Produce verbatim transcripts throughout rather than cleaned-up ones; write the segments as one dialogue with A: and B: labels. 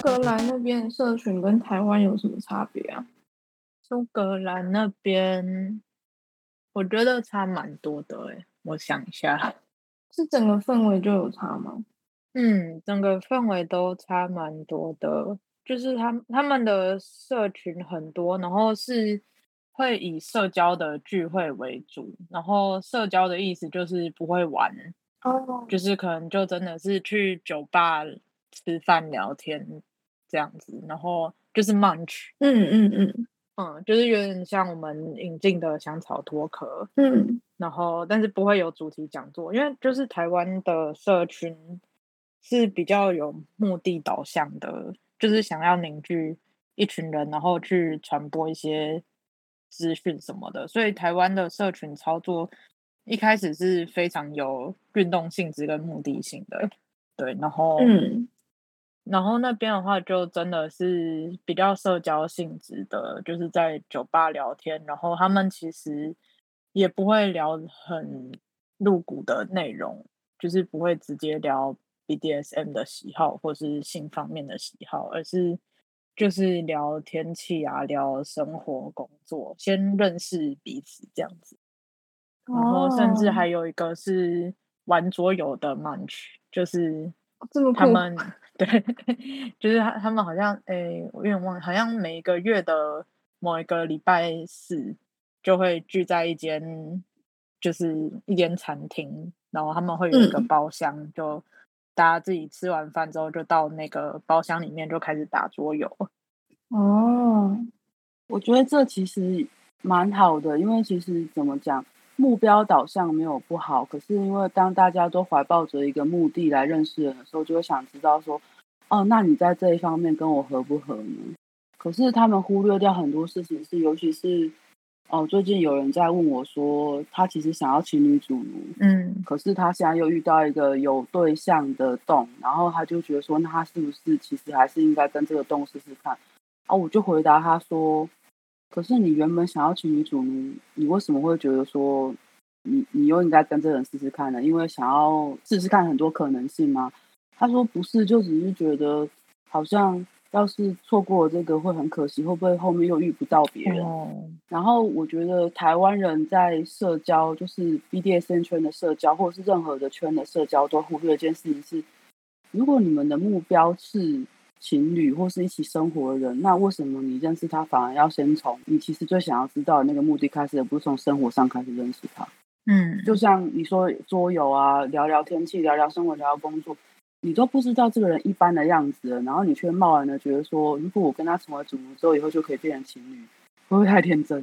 A: 格兰那边的社群跟台湾有什么差别啊？
B: 苏格兰那边，我觉得差蛮多的诶，我想一下，
A: 是整个氛围就有差吗？
B: 嗯，整个氛围都差蛮多的。就是他们他们的社群很多，然后是会以社交的聚会为主，然后社交的意思就是不会玩，
A: 哦，
B: 就是可能就真的是去酒吧吃饭聊天这样子，然后就是 munch。
A: 嗯嗯嗯
B: 嗯，就是有点像我们引进的香草脱壳，
A: 嗯，
B: 然后但是不会有主题讲座，因为就是台湾的社群是比较有目的导向的，就是想要凝聚一群人，然后去传播一些资讯什么的，所以台湾的社群操作一开始是非常有运动性质跟目的性的，对，然后
A: 嗯，
B: 然后那边的话，就真的是比较社交性质的，就是在酒吧聊天，然后他们其实也不会聊很露骨的内容，就是不会直接聊 B D S M 的喜好或是性方面的喜好，而是就是聊天气啊，聊生活、工作，先认识彼此这样子。然后甚至
A: 哦，
B: 还有一个是玩桌游的 Munch，就是
A: 这么酷，
B: 他们对，就是他他们好像诶，我有点忘了，好像每一个月的某一个礼拜四就会聚在一间，就是一间餐厅，然后他们会有一个
A: 嗯，
B: 包厢，就大家自己吃完饭之后就到那个包厢里面就开始打桌游。
A: 哦，
C: 我觉得这其实蛮好的，因为其实怎么讲，目标导向没有不好，可是因为当大家都怀抱着一个目的来认识人的时候，就会想知道说，哦，那你在这一方面跟我合不合呢？可是他们忽略掉很多事情是，尤其是哦，最近有人在问我说，他其实想要情侣主奴，
B: 嗯
C: 可是他现在又遇到一个有对象的洞，然后他就觉得说，那他是不是其实还是应该跟这个洞试试看？啊，我就回答他说，可是你原本想要情侣主奴，你为什么会觉得说你你又应该跟这个人试试看呢？因为想要试试看很多可能性吗？他说不是，就只是觉得好像要是错过了这个会很可惜，会不会后面又遇不到别人？
B: 哦，
C: 然后我觉得台湾人在社交，就是 B D S M 圈的社交，或者是任何的圈的社交，都忽略一件事情是：如果你们的目标是情侣或是一起生活的人，那为什么你认识他反而要先从你其实最想要知道的那个目的开始，而不是从生活上开始认识他？就
B: 嗯，
C: 像你说桌游啊，聊聊天气，聊聊生活，聊聊工作，你都不知道这个人一般的样子了，然后你却贸然的觉得说，如果我跟他成为主奴之后，以后就可以变成情侣，会不会太天真？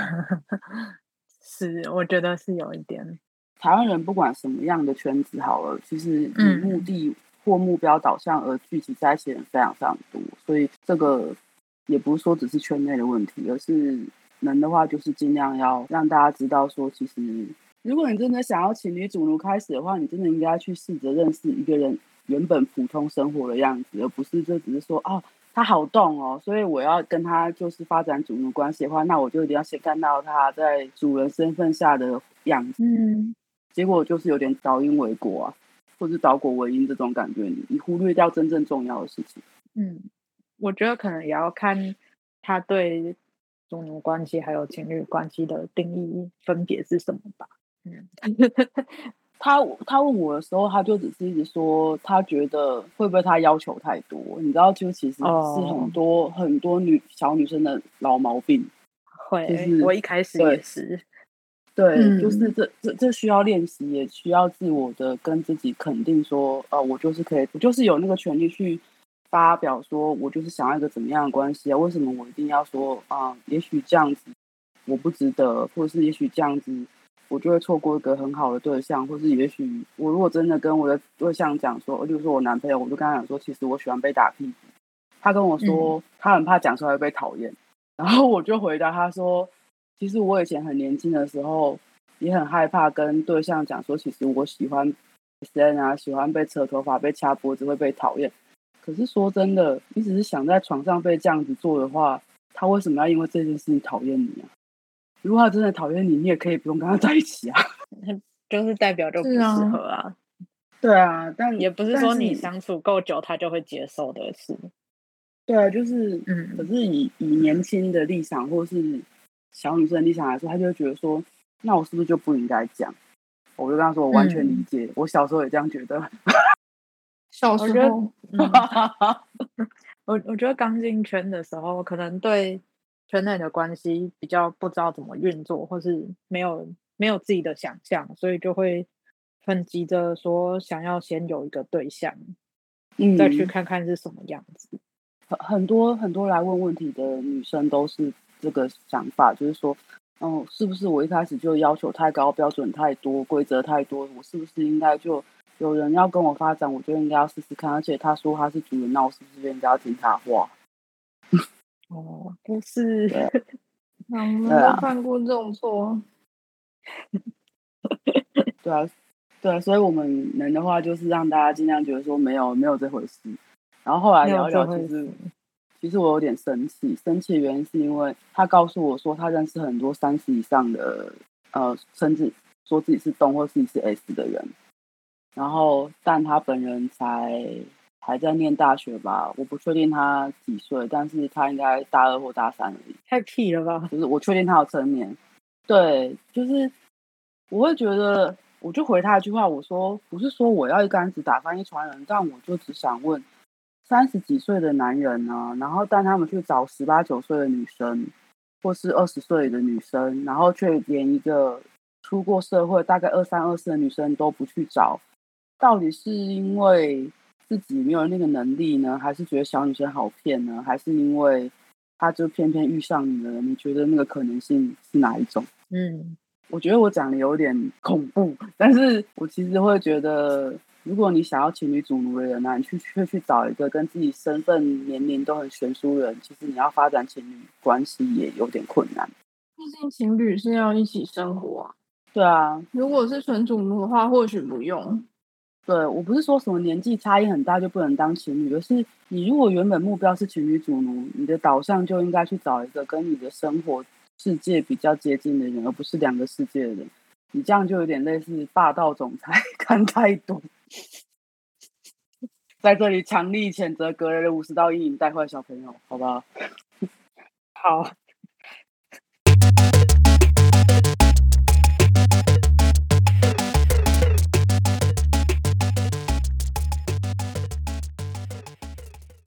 B: 是，我觉得是有一点，
C: 台湾人不管什么样的圈子好了，其实以目
B: 嗯。
C: 的或目标导向而聚集在一起的人非常非常多，所以这个也不是说只是圈内的问题，而是能的话就是尽量要让大家知道说，其实如果你真的想要情侣主奴开始的话，你真的应该去试着认识一个人原本普通生活的样子，而不是就只是说哦他好动哦，所以我要跟他就是发展主奴关系的话，那我就一定要先看到他在主人身份下的样子。
B: 嗯，
C: 结果就是有点倒因为果啊，或是倒果为因这种感觉，你你忽略掉真正重要的事情。
B: 嗯，我觉得可能也要看他对主奴关系还有情侣关系的定义分别是什么吧。嗯，
C: 他他问我的时候，他就只是一直说，他觉得会不会他要求太多？你知道，就其实是很
B: 哦，
C: 多很多女小女生的老毛病，就
B: 会，
C: 是
B: 我一开始也
C: 对
B: 是，
C: 对，就是
A: 嗯，
C: 这这这需要练习，也需要自我的跟自己肯定说，呃，我就是可以，我就是有那个权利去发表说，我就是想要一个怎么样的关系啊？为什么我一定要说啊、呃也许这样子我不值得，或者是也许这样子我就会错过一个很好的对象，或是也许我如果真的跟我的对象讲说，例如说我男朋友，我就跟他讲说，其实我喜欢被打屁股，他跟我
B: 嗯
C: 说他很怕讲出来会被讨厌，然后我就回答他说，其实我以前很年轻的时候，也很害怕跟对象讲说，其实我喜欢 S N 啊，喜欢被扯头发、被掐脖子会被讨厌。可是说真的，你只是想在床上被这样子做的话，他为什么要因为这件事情讨厌你啊？如果他真的讨厌你，你也可以不用跟他在一起啊。
B: 就是代表就不适
A: 是啊，
B: 合啊，
C: 对啊，但
B: 也不是说你
C: 但是你
B: 相处够久他就会接受的事。
C: 对啊，就是
B: 嗯，
C: 可是以以年轻的立场或是小女生的立场来说，她就会觉得说，那我是不是就不应该讲？我就跟她说，我完全理
B: 嗯，
C: 解，我小时候也这样觉得。
A: 小
B: 我觉得，
A: 时候，
B: 嗯，我我觉得刚进圈的时候，可能对圈内的关系比较不知道怎么运作，或是没有没有自己的想象，所以就会很急着说想要先有一个对象，再去
C: 嗯，
B: 看看是什么样子。
C: 很很多很多来问问题的女生都是这个想法，就是说，哦，是不是我一开始就要求太高，标准太多，规则太多，我是不是应该就有人要跟我发展，我就应该要试试看？而且他说他是主人，那我是不是就应该要听他话？
B: 哦，不是，
C: 对
A: 那我们
C: 对啊，
A: 都犯过这种错。
C: 对啊，对啊，所以我们能的话，就是让大家尽量觉得说没有没有这回事。然后后来
B: 没有
C: 聊一聊，其实
B: 这回事。
C: 其实我有点生气，生气的原因是因为他告诉我说他认识很多三十以上的呃，甚至说自己是动或自己是 S 的人，然后但他本人才还在念大学吧，我不确定他几岁，但是他应该大二或大三而已。
B: 太屁了吧？
C: 就是我确定他有成年，对，就是我会觉得，我就回他一句话，我说不是说我要一竿子打翻一船人，但我就只想问，三十几岁的男人呢，然后带他们去找十八九岁的女生，或是二十岁的女生，然后却连一个出过社会大概二三二四的女生都不去找，到底是因为自己没有那个能力呢，还是觉得小女生好骗呢，还是因为他就偏偏遇上你了？你觉得那个可能性是哪一种？
B: 嗯，
C: 我觉得我讲的有点恐怖，但是我其实会觉得，如果你想要情侣主奴的人啊，你去去去找一个跟自己身份、年龄都很悬殊的人，其实你要发展情侣关系也有点困难。
A: 毕竟情侣是要一起生活啊。
C: 对啊，
A: 如果是纯主奴的话，或许不用。
C: 对，我不是说什么年纪差异很大就不能当情侣，而是你如果原本目标是情侣主奴，你的导向就应该去找一个跟你的生活世界比较接近的人，而不是两个世界的人。你这样就有点类似霸道总裁看太多。在这里强力谴责隔了五十道阴影带坏小朋友，好不好？
B: 好。